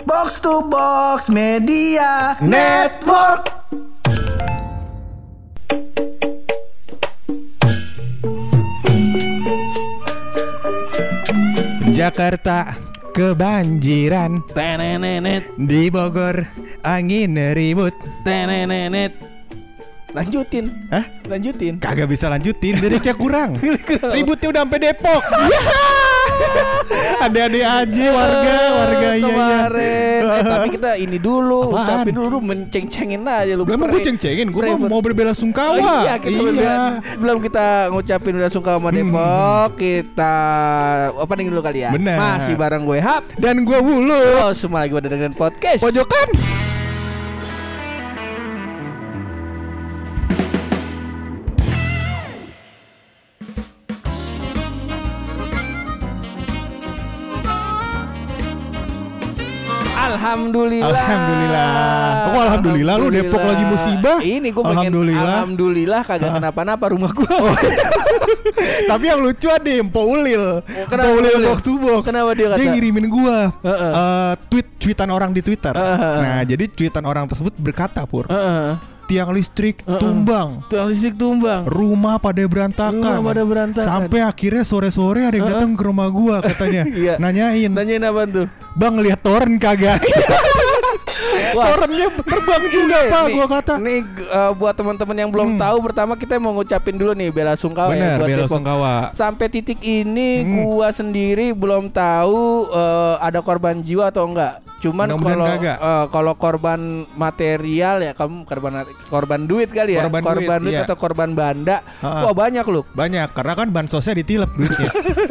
Box to Box Media Network. Jakarta kebanjiran, Tenenenet, di Bogor angin ribut. tenenenet. Lanjutin. Hah? Lanjutin. Kagak bisa lanjutin, liriknya kurang. Ributnya udah sampai Depok. Adik-adik aja warga iya. Kemarin. Tapi kita ini dulu, Apaan? ucapin dulu menceng-cengin aja lu. Belum gue ceng-cengin, gue mau berbela sungkawa. Oh, iya, belum kita ngucapin bela sungkawa sama Depok, kita opening dulu kali ya. Bener. Masih bareng gue Hap Dan gue Wulu. Oh, semua lagi pada dengerin podcast Pojokan. Alhamdulillah. Oh, alhamdulillah lu Depok lagi musibah. Ini gue pengen alhamdulillah kagak kenapa-napa rumah gue. Oh. Tapi yang lucu ada Mpo Ulil. Mpo Ulil box to box. Kenapa dia kata? Dia ngirimin gua tweetan orang di Twitter. Nah, jadi tweetan orang tersebut berkata, Pur, tiang listrik tumbang. Tiang listrik tumbang. Rumah pada berantakan. Sampai akhirnya sore-sore ada yang datang ke rumah gua katanya. Iya. Nanyain apa tuh? Bang, lihat toren kagak? Torennya terbang juga, Pak, gua kata. Nih buat teman-teman yang belum tahu, pertama kita mau ngucapin dulu nih bela sungkawa ya buat bela Depok. sungkawa. Sampai titik ini gua sendiri belum tahu ada korban jiwa atau enggak. Cuman kalau korban material ya, kamu korban duit kali ya. Korban duit iya. Atau korban banda. Wah, banyak loh. Banyak, karena kan bansosnya ditilep duitnya.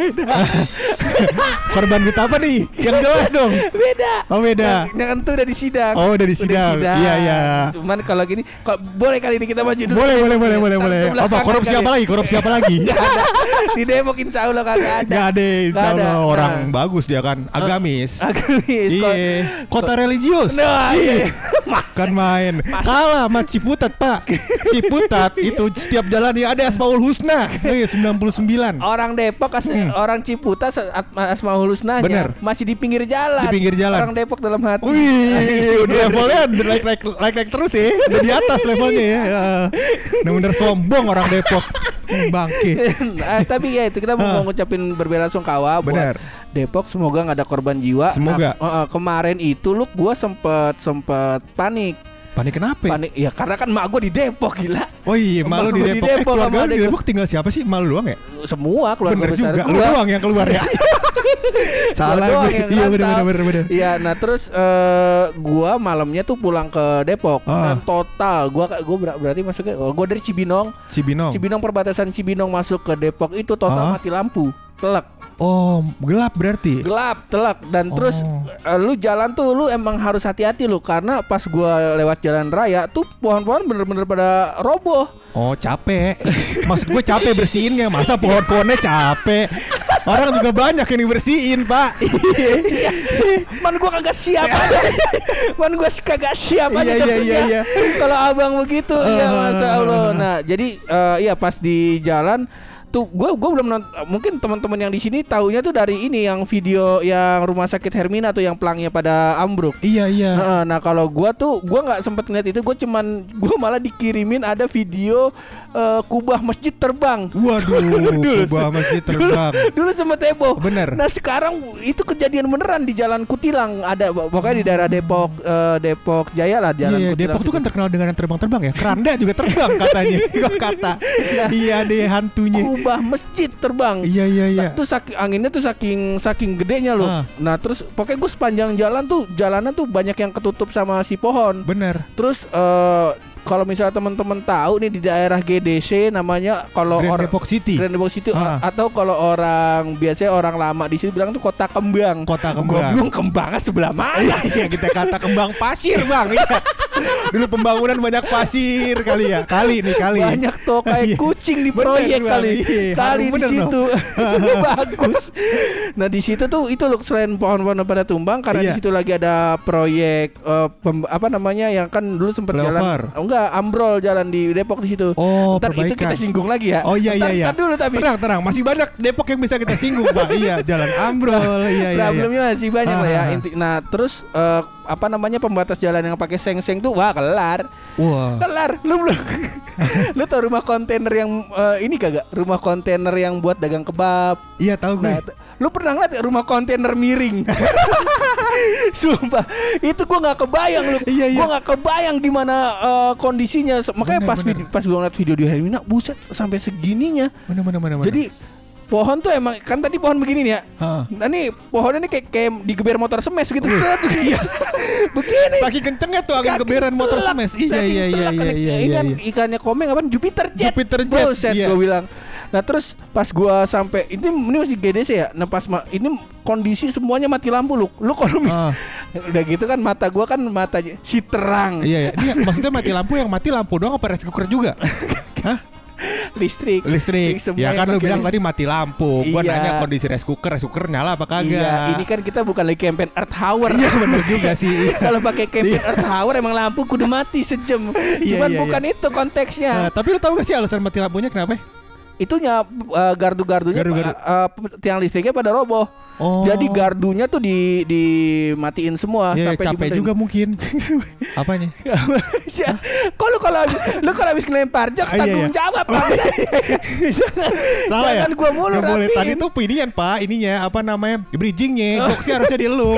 Korban duit apa nih? Yang jelas dong. Beda. Oh, beda. Yang itu udah di sidang. Oh, udah di sidang. Iya. Cuman kalau gini, boleh kali ini kita maju dulu. Boleh. Apa korupsi apa lagi? Gak ada. Di Depok insya Allah kagak ada. Gak ada, insya Allah. Orang bagus dia kan, agamis. Iya. Kota religius. Nah, iya. Kan main. Kalah sama Ciputat, Pak. Ciputat itu setiap jalan ada Asmaul Husna. 99. Orang Depok orang Ciputat Asmaul Husnanya masih di pinggir jalan. Orang Depok dalam hati. Wih, udah levelnya like terus ya. Udah di atas levelnya ya. Bener-bener sombong orang Depok. Bangke. Tapi ya itu kita mau ngucapin berbela sungkawa buat Depok, semoga nggak ada korban jiwa. Semoga. Kemarin itu gue sempet panik. Panik kenapa? Panik ya karena kan mak gue di Depok, gila. Oh iya, malu di Depok. Keluarga di Depok tinggal siapa sih? Malu doang ya? Semua keluarga besar juga. Lu doang yang keluar ya. Salah gue. Iya bener. Iya, nah terus gua malamnya tuh pulang ke Depok. Dan total gua berarti masuknya gua dari Cibinong perbatasan Cibinong masuk ke Depok itu total mati lampu. Telak. Oh, gelap berarti. Gelap, telak. Dan terus lu jalan tuh lu emang harus hati-hati lu, karena pas gua lewat jalan raya tuh pohon-pohon bener-bener pada roboh. Oh, capek. Maksud gue capek bersihinnya, masa pohon-pohonnya capek. Orang juga banyak yang dibersihin, Pak. Man gua kagak siap aja. Iya. Kalau abang begitu ya Masya Allah. Nah jadi ya pas di jalan tuh gue belum nonton. Mungkin teman-teman yang di sini taunya tuh dari ini yang video yang rumah sakit Hermina tuh yang pelangnya pada ambruk. Iya. Nah kalau gue nggak sempet ngeliat itu. Gue malah dikirimin ada video kubah masjid terbang. Waduh, kubah masjid terbang. Dulu sempet heboh. Bener. Nah sekarang itu kejadian beneran di Jalan Kutilang. Ada pokoknya di daerah Depok Jaya lah, Jalan Kutilang. Depok tuh kan terkenal dengan yang terbang-terbang ya. Keranda juga terbang katanya. Iya deh, hantunya. Kubah masjid terbang. Iya. Tuh anginnya tuh saking gedenya loh. Nah terus pokoknya gue sepanjang jalanan tuh banyak yang ketutup sama si pohon. Bener. Terus kalau misalnya teman-teman tahu nih di daerah GDC namanya, kalau Grand Depok City atau kalau biasanya orang lama di sini bilang tuh Kota Kembang. Gue bilang kembangnya sebelah mana? Iya, kita kata kembang pasir, Bang. Dulu pembangunan banyak pasir kali ya. Kali. Banyak tokai kucing di proyek kali. Kali di situ. Bagus. Nah, di situ tuh itu loh, selain pohon-pohon pada tumbang karena di situ lagi ada proyek apa namanya yang kan dulu sempat jalan ambrol jalan di Depok di situ. Oh, ntar itu kita singgung lagi ya. Oh iya. Ntar dulu tapi. Tenang, masih banyak Depok yang bisa kita singgung, Pak. Iya, jalan ambrol. Iya. Problemnya masih banyak lah ya. Nah, terus apa namanya pembatas jalan yang pakai seng-seng tuh kelar. Kelar. Lu tau rumah kontainer yang ini kagak? Rumah kontainer yang buat dagang kebab. Iya, tahu gue. Nah, lu pernah ngeliat rumah kontainer miring? Sumpah, itu gua nggak kebayang lu. Gua nggak kebayang gimana kondisinya. Makanya pas gua ngeliat video di Hermina, buset sampai segininya. Bener. Jadi pohon tuh emang kan tadi pohon begini nih ya. Nah nih pohonnya nih kayak digeber motor semes gitu. Iya. Begini. Saking kencengnya tuh angin geberan motor semes. Iya. Ini kan ikannya Komeng apa? Jupiter Jet. Buset, iya. Gua bilang. Nah terus pas gua sampai ini masih GDC ya. Nah pas ini kondisi semuanya mati lampu lu kalau udah gitu kan mata gua kan mata si terang. Iya. Ini maksudnya mati lampu doang apa rice cooker juga? Hah? Listrik. Ya kan lu bilang tadi mati lampu. Gua nanya kondisi rice cooker nyala apa kagak? Iya, ini kan kita bukan lagi campaign Earth Hour. Iya benar juga sih. Kalau pakai campaign Earth Hour emang lampu kudu mati sejam. Cuman bukan itu konteksnya. Tapi lu tahu gak sih alasan mati lampunya kenapa? Itunya gardu-gardunya tiang listriknya pada roboh. Jadi gardunya tuh dimatiin semua sampai capek juga mungkin. Apanya? Kalau habis ngelempar jok tanggung jawab. Salah ya? Jangan gua mulu rapiin. Tadi tuh inian Pak, ininya apa namanya? Bridgingnya, jokesnya harusnya di lu.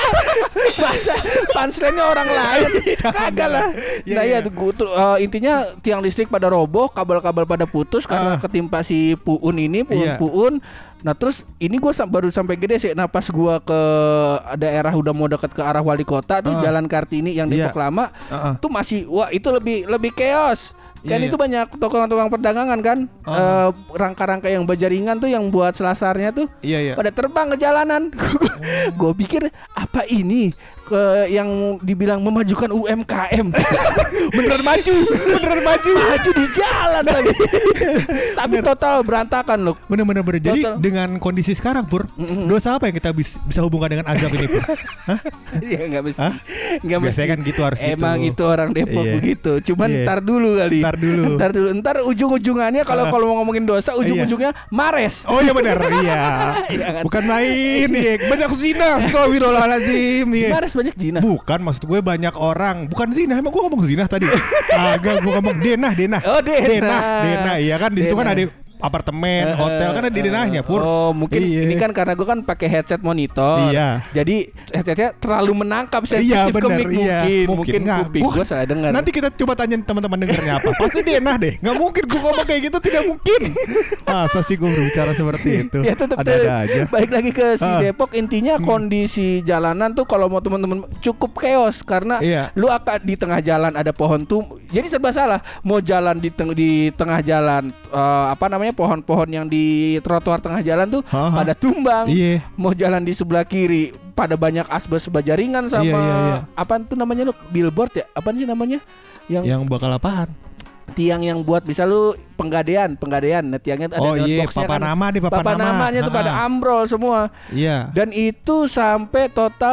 Masa punchline-nya orang lain. Kagak lah. Nah ya intinya tiang listrik pada roboh, kabel-kabel pada putus karena ketimpa si Puun ini, Puun. Nah terus ini gue baru sampai gede sih. Nah pas gue ke daerah udah mau dekat ke arah wali kota tuh Jalan Kartini yang Depok lama tuh masih itu lebih chaos. Kan itu banyak tukang-tukang perdagangan kan, rangka-rangka yang berjaringan tuh yang buat selasarnya tuh pada terbang ke jalanan. Gue pikir apa ini yang dibilang memajukan UMKM. beneran maju di jalan lagi. Tapi total berantakan loh. Bener. Jadi dengan kondisi sekarang Pur, dosa apa yang kita bisa hubungkan dengan azab ini Pur? Iya nggak mesti. Biasanya kan gitu harus emang gitu. Itu orang Depok begitu. Cuman ntar dulu kali. Ntar ujung-ujungannya kalau mau ngomongin dosa ujung-ujungnya mares. Oh iya benar. Iya. Bukan main banyak zina. Astagfirullahaladzim. Mares banyak zina. Bukan, maksud gue banyak orang. Bukan zina, emang gue ngomong zina tadi. Agak gue ngomong denah. Oh denah. Iya kan di situ kan ada apartemen, hotel kan ada di denahnya Pur. Oh mungkin ini kan karena gue kan pakai headset monitor. Iya. Jadi headsetnya terlalu menangkap sensitif ke mic mungkin kuping gue salah dengar. Nanti kita coba tanya teman-teman dengarnya apa. Pasti denah deh. Nggak mungkin gue ngomong kayak gitu, tidak mungkin. Masa sih gue berbicara seperti itu? Ya tetap ada aja. Balik lagi ke si Depok, intinya kondisi jalanan tuh kalau mau teman-teman cukup chaos karena lu akan di tengah jalan ada pohon tuh. Jadi serba salah. Mau jalan di tengah jalan apa namanya pohon-pohon yang di trotoar tengah jalan tuh pada tumbang. Mau jalan di sebelah kiri pada banyak asbes bajaringan sama apa tuh namanya lu billboard ya? Apa sih namanya? Yang bakal apaan? Tiang yang buat bisa lu penggadean. Nah, tiangnya ada boxnya papan nama di papan namanya tuh pada ambrol semua. Iya. Dan itu sampai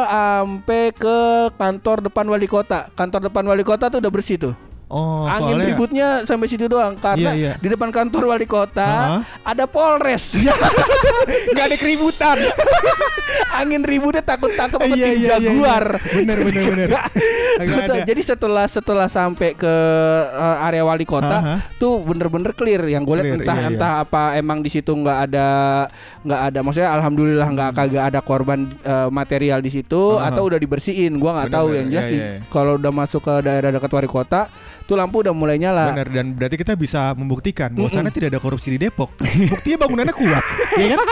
ke kantor depan wali kota. Kantor depan wali kota tuh udah bersih tuh. Angin ributnya sampai situ doang karena di depan kantor wali kota ada Polres. Nggak ada keributan. Angin ributnya takut peting jaguar. Bener. Jadi setelah sampai ke area wali kota tuh bener-bener clear. Yang gue lihat entah apa emang di situ nggak ada maksudnya alhamdulillah kagak ada korban material di situ atau udah dibersihin. Gue nggak tahu yang jelas kalau udah masuk ke daerah dekat wali kota tuh lampu udah mulai nyala. Benar, dan berarti kita bisa membuktikan bahwasannya tidak ada korupsi di Depok. Buktinya bangunannya kuat, ya kan?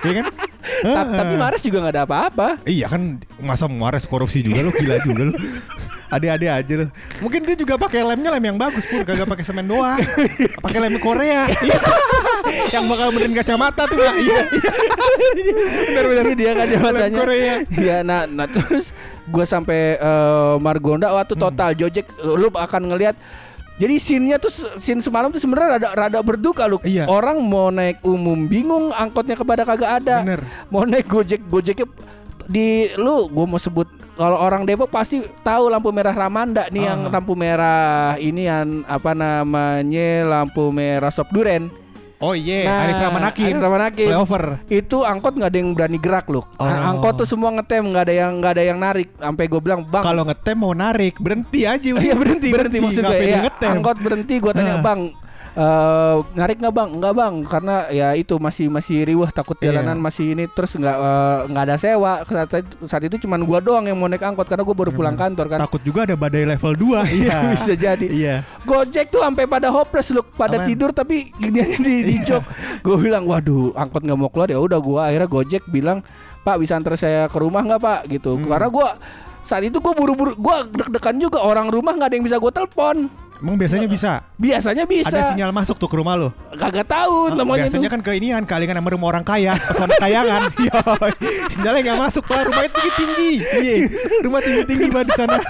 Tapi Mares juga nggak ada apa-apa. Iya kan, masa Mares korupsi juga lo, gila juga lo. Ade-ade aja lo. Mungkin dia juga pakai lem yang bagus Pur, kagak pakai semen doang. Pakai lem Korea. Yang bakal benerin kacamata tuh Pak. Iya. Benar-benar dia kacamatanya. Korea. Iya, nah terus gue sampai Margonda waktu total Gojek lu akan ngelihat. Jadi scene-nya tuh scene semalam tuh sebenarnya rada berduka lu. Iya. Orang mau naik umum bingung, angkotnya kepada kagak ada. Bener. Mau naik Gojeknya di lu gue mau sebut kalau orang Depok pasti tahu lampu merah Ramanda nih yang lampu merah ini yang apa namanya lampu merah Sop Duren. Oh iya, Arif Rahman Hakim. Flyover. Itu angkot nggak ada yang berani gerak loh. Angkot tuh semua ngetem, nggak ada yang narik. Sampai gue bilang bang. Kalau ngetem mau narik berhenti aja. Iya berhenti maksud gue. Ya, angkot berhenti, gue tanya bang. Narik nggak bang? Enggak bang, karena ya itu masih riwah takut jalanan masih ini terus nggak ada sewa saat itu cuman gua doang yang mau naik angkot karena gua baru pulang kantor kan. Takut juga ada badai level 2. Iya bisa jadi. Iya. Gojek tuh sampai pada hopeless loh, pada tidur tapi gini di jok. Gua bilang waduh angkot nggak mau keluar ya udah gua akhirnya Gojek bilang Pak bisa antar saya ke rumah nggak Pak gitu. Karena gua saat itu gua buru-buru gua deg-degan juga orang rumah nggak ada yang bisa gua telepon. Emang biasanya bisa? Biasanya bisa. Ada sinyal masuk tuh ke rumah lo? Kagak tahu namanya biasanya tuh. Kan ke ini kan kalingan sama rumah orang kaya, pesona kayangan. Sinyalnya nggak masuk Pak, rumahnya tinggi. Iya. Rumah tinggi Pak di sana.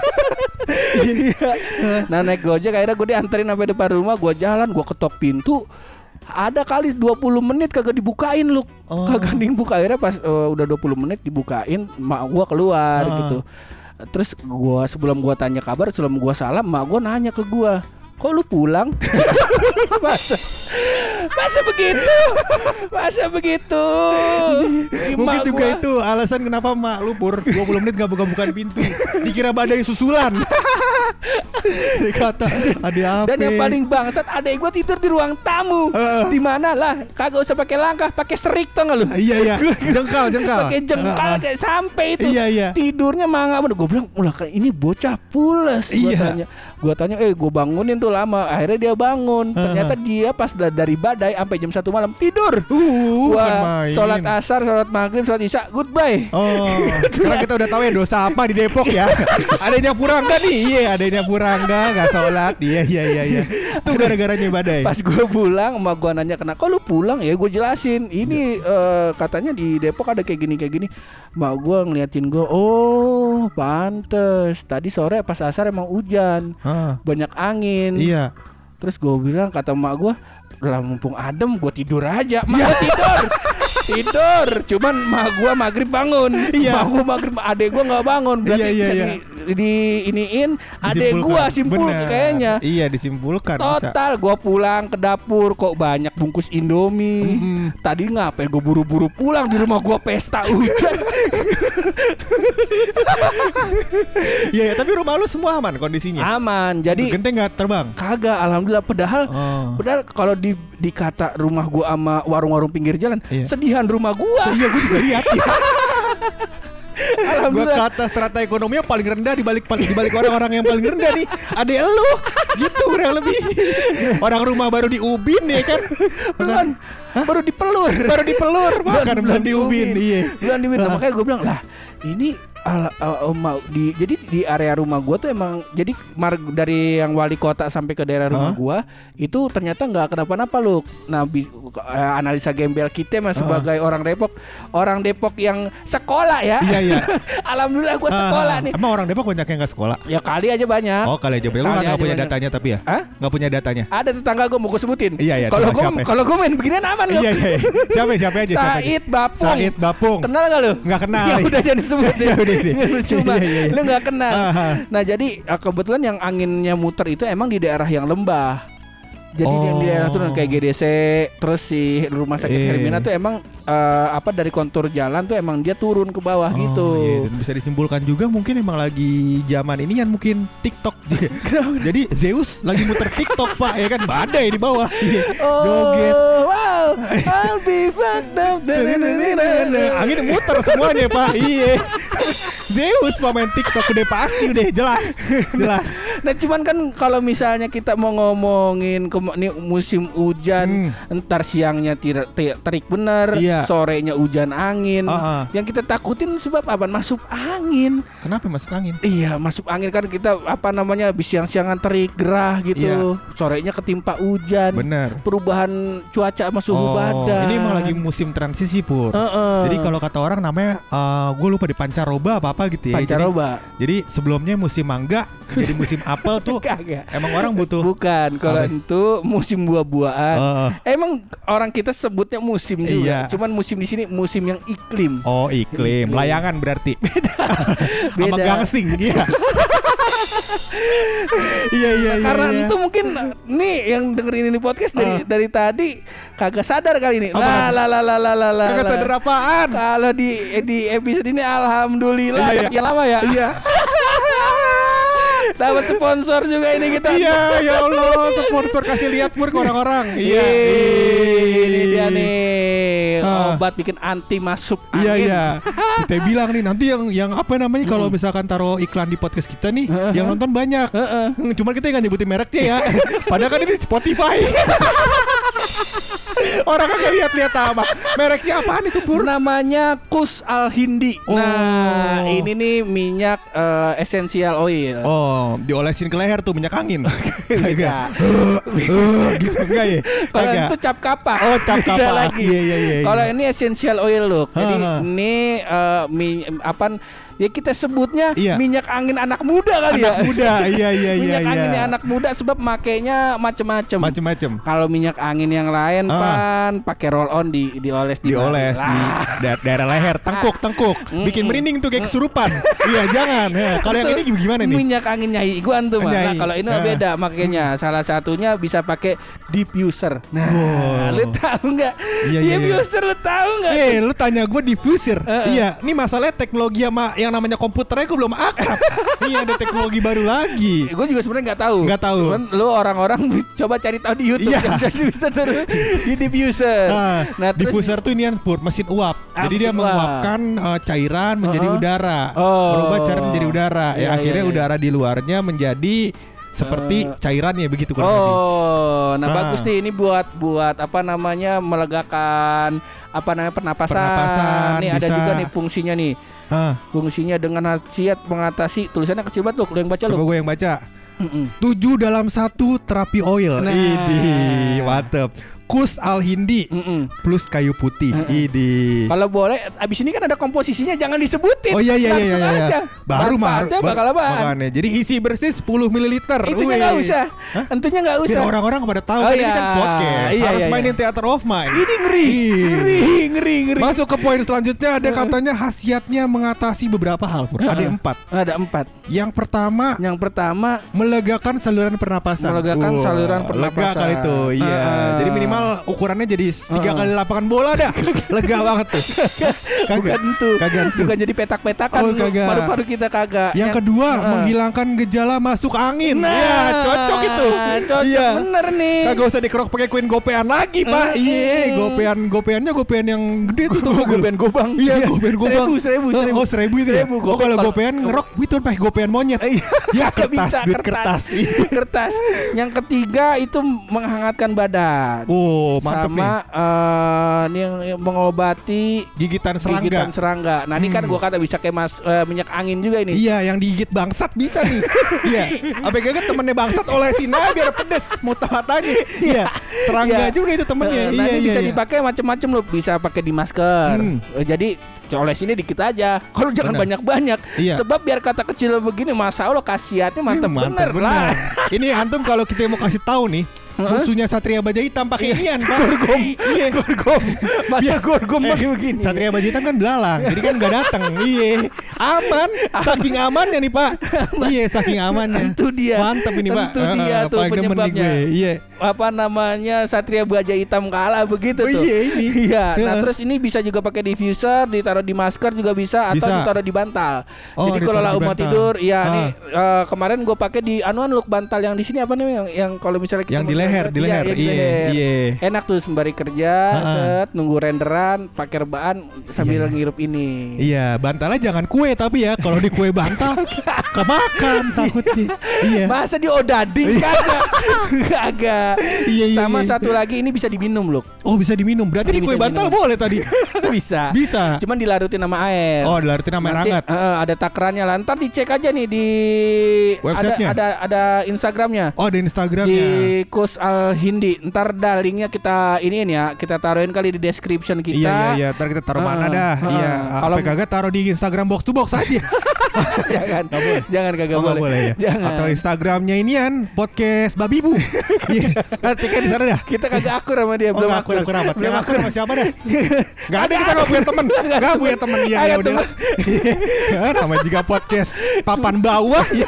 Nah naik Gojek akhirnya gue dianterin sampai depan rumah, gue jalan, gue ketok pintu. Ada kali 20 menit kagak dibukain lu. Kagak dibuka akhirnya pas udah 20 menit dibukain, mak gue keluar gitu. Terus sebelum gua tanya kabar, sebelum gua salam, mak gua nanya ke gua, kok lu pulang? Masa begitu? Mungkin juga itu alasan kenapa mak lu pur 20 menit gak buka-bukaan pintu. Dikira badai susulan. Dikata ada apa? Dan yang paling bangsat adek gua tidur di ruang tamu. Di mana lah? Kagak usah pakai langkah, pakai serik tau gak lu? Iya. Jengkal. Pakai jengkal kayak sampai itu. Iya. Tidurnya mangga. Gua bilang, "Ulah ini bocah pules." Gua tanya, gua bangunin tuh lama. Akhirnya dia bangun. Ternyata dia pas dari badai sampai jam 1 malam tidur. Gua sholat asar, sholat maghrib, sholat isya, goodbye. Sekarang kita udah tahu ya dosa apa di Depok ya. Adanya Purangga nih. Iya, adanya Purangga gak sholat. Iya. Itu gara-garanya badai. Pas gue pulang, emak gue nanya kenapa kok lu pulang ya, gue jelasin. Ini katanya di Depok ada kayak gini. Emak gue ngeliatin gue, oh pantes. Tadi sore pas asar emang hujan, banyak angin. Iya. Terus gue bilang, kata emak gue, lah mumpung adem gue tidur aja. Emak gue tidur. Cuman emak gue maghrib bangun. Emak gue maghrib, adek gue gak bangun. Berarti bisa iniin adek gue simpul kayaknya. Iya disimpulkan. Total gue pulang ke dapur kok banyak bungkus Indomie. Tadi ngapain gue buru-buru pulang, di rumah gue pesta hujan. Iya, tapi rumah lu semua aman kondisinya? Aman. Jadi genteng gak terbang? Kagak, alhamdulillah. Padahal kalau dikata rumah gue sama warung-warung pinggir jalan, sedihan rumah gue. Iya, gue juga lihat. Gue kata strata ekonominya paling rendah di balik orang-orang yang paling rendah nih. Adek lu gitu kurang lebih. Orang rumah baru di Ubin ya kan. Baru dipelur makan belum di Ubin. Iya. Belum di Ubin. Makanya gue bilang lah ini jadi di area rumah gue tuh emang jadi dari yang wali kota sampai ke daerah rumah gue itu ternyata nggak kenapa-napa loh. Nah analisa gembel kita mah sebagai orang Depok yang sekolah ya. Iya. Alhamdulillah gue sekolah nih. Emang orang Depok banyak yang nggak sekolah? Ya kali aja banyak. Oh kali aja banyak. Lu nggak punya datanya tapi ya? Nggak punya datanya? Ada tetangga gue mau gue sebutin. Iya. Kalau gue main beginian aman loh. Iya. Siapa aja? Said Bapung. Kenal gak lu? Nggak kenal. Ya udah jangan disebut ya. Cuma lu nggak kenal. Nah jadi kebetulan yang anginnya muter itu emang di daerah yang lembah. Jadi yang di daerah tuh kayak GDC, terus si rumah sakit Hermina tuh emang dari kontur jalan tuh emang dia turun ke bawah gitu. Dan bisa disimpulkan juga mungkin emang lagi zaman ini kan mungkin TikTok. Jadi Zeus lagi muter TikTok Pak ya kan, badai di bawah. Joget. Wow, I'll be fucked up. Angin muter semuanya Pak. Iya. Zeus main TikTok udah pasti udah jelas. Nah cuman kan kalau misalnya kita mau ngomongin nih musim hujan, ntar siangnya terik bener, sorenya hujan angin. Yang kita takutin sebab apa? Masuk angin. Kenapa masuk angin? Iya, masuk angin kan kita habis siang-siangan terik gerah gitu, sorenya ketimpa hujan. Bener. Perubahan cuaca sama suhu badan. Ini emang lagi musim transisi Pur. Jadi kalau kata orang namanya gue lupa di pancaroba apa gitu ya. Pancaroba. Jadi sebelumnya musim mangga jadi musim apel tuh. Emang orang butuh. Bukan, kalau itu musim buah-buahan. Emang orang kita sebutnya musim juga. Cuman musim di sini musim yang iklim. Oh, iklim. Layangan berarti. Beda. Sama gangsing. Iya. Karena itu mungkin nih yang dengerin ini podcast dari tadi kagak sadar kali ini. Kagak sadar apaan? Kalau di episode ini alhamdulillah yang lama ya. Iya. Dapat sponsor juga ini kita. Iya, ya Allah, sponsor kasih lihat Pur ke orang-orang. Iya. Ini dia nih. Obat bikin anti masuk angin. Iya. Kita bilang nih nanti yang apa namanya kalau misalkan taruh iklan di podcast kita nih yang nonton banyak. Cuma kita nggak nyebutin mereknya ya. Padahal kan ini Spotify. Orang kagak lihat-lihat apa. Mereknya apaan itu Pur? Namanya Kus Al Hindi. Nah, ini nih minyak essential oil. Oh, diolesin ke leher tuh minyak angin. Beda. Gitu enggak ya? Kalau itu cap kapak. Oh, cap kapak lagi. Iya. Kalau ini essential oil loh. Jadi ini ya kita sebutnya minyak angin anak muda kali ya. Anak muda, iya. Minyak anginnya anak muda sebab makainya macem-macem. Kalau minyak angin yang lain pakai roll on dioles di daerah leher, tengkuk. Bikin merinding tuh kayak kesurupan. Iya, jangan. Kalau yang ini gimana nih? Minyak angin nyai iguan tuh mah. Nah, kalau ini beda makanya. Salah satunya bisa pakai diffuser. Nah, lu tahu enggak? Diffuser lu tahu enggak? Lu tanya gue diffuser. Iya, ini masalahnya teknologi sama yang namanya komputernya gue belum akrab. Iya, ada teknologi baru lagi. Gue juga sebenarnya nggak tahu. Cuman lu orang-orang coba cari tahu di YouTube. Di diffuser. Nah, diffuser tuh ini kan mesin uap. Jadi dia menguapkan cairan menjadi udara. Berubah cairan menjadi udara. Akhirnya udara di luarnya menjadi seperti cairannya begitu kurang lebih. Nah bagus nih ini buat apa namanya melegakan pernapasan. Nih bisa. Ada juga nih fungsinya nih. Fungsinya dengan khasiat mengatasi, tulisannya kecil banget lu yang baca lu. Coba gue yang baca. 7 dalam 1 terapi oil. Idih, mantep. Kus Al Hindi plus kayu putih. Idi. Kalau boleh, abis ini kan ada komposisinya jangan disebutin. Oh iya. Baru bakal apaan? Jadi isi bersih 10 ml. Itunya nggak usah. Tentunya nggak usah. Biar orang-orang pada tahu kan ini kan podcast. Harus mainin Theater of Mind. Ini ngeri. Masuk ke poin selanjutnya, ada katanya khasiatnya mengatasi beberapa hal. Ada 4. Ada 4. Yang pertama melegakan saluran pernapasan. Lega kali itu. Iya. Jadi minimal ukurannya jadi 3 kali lapangan bola dah. Lega banget tuh. Kagak tentu. Bukan jadi petak-petakan. Paru-paru kita kagak. Yang kedua menghilangkan gejala masuk angin. Iya, cocok itu. Cocok bener nih. Kagak usah dikerok pakai koin gopean lagi, Pak. Iya, gopeannya gopean yang gede tuh. Gopean gobang. Iya, gopean gobang. 1000. Oh, 1000 itu ya. Oh, kalau gopean ngerok itu pakai gopean monyet. Ya, kertas. Yang ketiga itu menghangatkan badan. Oh, mantep nih. Sama ini yang mengobati gigitan serangga. Nah, ini kan gua kata bisa kayak minyak angin juga ini. Iya, yang digigit bangsat bisa nih. Iya. Abg temennya bangsat olesin aja biar pedes mata-matanya. Iya. Serangga juga itu temennya. Nah, ini bisa dipakai macam-macam loh. Bisa pakai di masker. Jadi olesinnya dikit aja. Kalau jangan banyak-banyak. Sebab biar kata kecil begini, Masya Allah khasiatnya mantap bener lah. Ini antum kalau kita mau kasih tahu nih, musuhnya Satria Baja Hitam pakai inian, Pak. Gorgom. Masa gorgom pakai begini. Satria Baja Hitam kan belalang, jadi kan enggak datang. Iya. Aman. Saking amannya nih, Pak. Iya, saking amannya. Tentu dia. Mantap ini, Pak. Tentu dia tuh penyebabnya. Iya. apa namanya Satria Baja Hitam kalah begitu tuh. Iya ini. Iya. Nah terus ini bisa juga pakai diffuser, ditaruh di masker juga bisa atau ditaruh di bantal. Jadi kalau lau mau tidur, ya nih kemarin gue pakai di anuan look bantal yang di sini apa nih yang kalau misalnya kita yang di leher, Iya. Enak tuh sembari kerja, set nunggu renderan, pakai rebahan sambil ngirup ini. Iya, bantalnya jangan kue tapi ya kalau di kue bantal kemakan takutnya. Iya. Masa diodading kagak. Iya. Sama satu lagi ini bisa diminum loh. Oh bisa diminum. Berarti di kue bantal boleh tadi. Bisa. Bisa. Cuman dilarutin sama air. Oh dilarutin sama air hangat. Ada takarannya lah. Ntar dicek aja nih di websitenya. Ada Instagramnya. Oh ada Instagramnya. Di Kus Al Hindi. Ntar linknya kita iniin ya. Kita taruhin kali di description kita. Iya. Ntar kita taruh mana dah. Iya. Kalau kagak taruh di Instagram box to box aja. Jangan kagak boleh. Ya. Jangan. Atau Instagramnya inian podcast Babibu. Nanti kan di sana dah. Kita kagak akur sama dia. Belum akur amat. Yang akur sama siapa dah? Gak ada, kita gak punya temen. Gak punya temen. Ya udah. Namanya juga podcast papan bawah. Ya.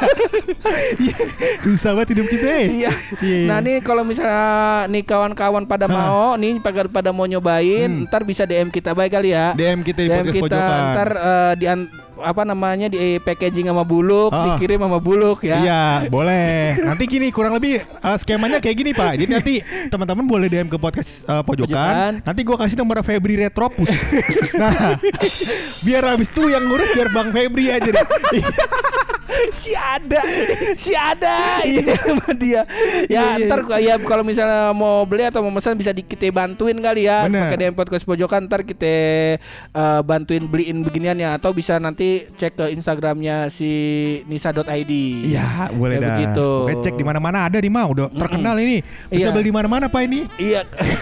Susah banget hidup kita. Iya. Nah nih kalau misalnya nih kawan-kawan pada mau nih pada mau nyobain, ntar bisa DM kita baik kali ya. DM kita di podcast pojokan. Ntar apa namanya di packaging sama Buluk, dikirim sama Buluk ya. Iya, boleh. Nanti gini kurang lebih skemanya kayak gini Pak. Jadi nanti teman-teman boleh DM ke podcast pojokan. Nanti gua kasih nomor Febri Retropus. Nah, biar habis itu yang ngurus biar Bang Febri aja deh. si ada sama dia. Ya ntar ya kalau misalnya mau beli atau mau pesan bisa kita bantuin kali ya. Pakai DM podcast pojokan ntar kita bantuin beliin beginiannya atau bisa nanti cek ke Instagramnya si nisa.id. Iya, boleh dah. Begitu. Cek di mana-mana ada nih mah udah terkenal ini. Bisa beli di mana-mana Pak ini? Iya.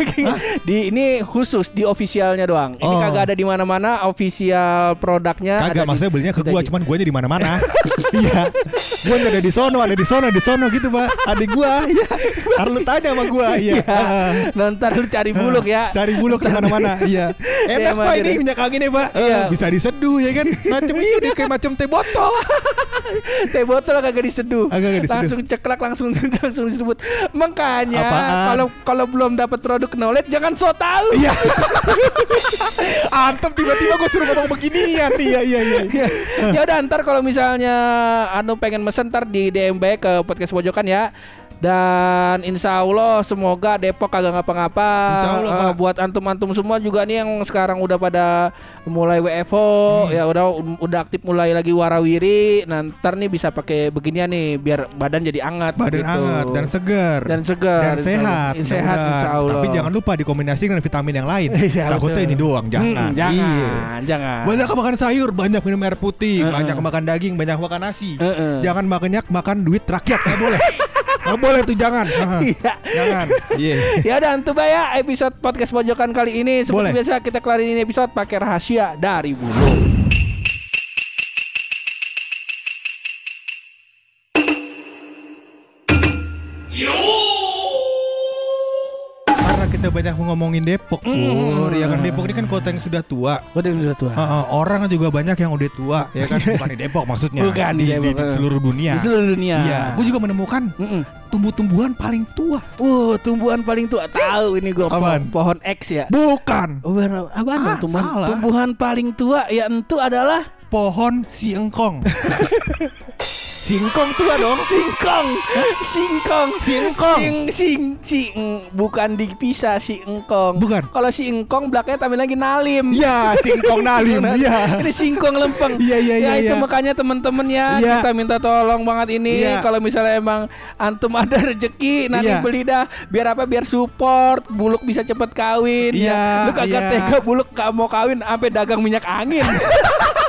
Ini khusus di officialnya doang. Ini kagak ada di mana-mana official produknya. Kagak, maksudnya belinya ke gua, cuman guanya di mana-mana. Iya. Gua ada di sono gitu Pak. Adik gua. Iya. Harus lu tanya sama gua. Iya. Ntar lu cari Buluk ya. Cari Buluk di mana-mana. Iya. Enak Pak ini minyak anginnya Pak. Bisa diseduh ya kan. Macam ini kayak macam teh botol. Teh botol kagak diseduh. Langsung ceklak langsung disebut. Makanya kalau belum dapat produk knowledge jangan so tahu. Iya. Antep tiba-tiba gue suruh ngomong beginian. Iya. Ya udah ntar kalau misalnya pengen mesen ntar di DM baik ke podcast pojokan ya. Dan insya Allah semoga Depok kagak ngapa-ngapa. Buat antum-antum semua juga nih yang sekarang udah pada mulai WFO ya udah aktif mulai lagi warawiri. Nah ntar nih bisa pakai beginian nih biar badan jadi hangat. Hangat dan segar dan sehat. Sehat insya Allah. Tapi jangan lupa dikombinasikan dengan vitamin yang lain. Takutnya ini doang jangan. Jangan. Banyak makan sayur, banyak minum air putih, banyak makan daging, banyak makan nasi. Jangan banyak makan duit rakyat, nggak boleh. Nggak boleh tuh jangan. Jangan. Ya udah antum ya episode podcast pojokan kali ini seperti biasa kita kelarin ini episode pakai rahasia dari Buluk. Kita banyak ngomongin Depok, ya kan Depok ini kan kota yang sudah tua. Orang juga banyak yang udah tua, ya kan bukan di Depok maksudnya. Bukan di seluruh dunia. Di seluruh dunia. Iya, gue juga menemukan tumbuh-tumbuhan paling tua. Tumbuhan paling tua. Tahu ini gue pohon X ya. Bukan. Apaan tumbuhan paling tua ya itu adalah pohon si engkong. Singkong tua dong. Singkong. Bukan dipisah si engkong. Bukan. Kalau si engkong belakangnya tambahin lagi nalim. Ya, singkong nalim. Ya. Ini singkong lempeng. Iya. Itu makanya teman-teman ya kita minta tolong banget ini. Kalau misalnya emang antum ada rezeki nanti beli dah. Biar support Buluk bisa cepet kawin. Lu kagak tega Buluk gak mau kawin sampai dagang minyak angin.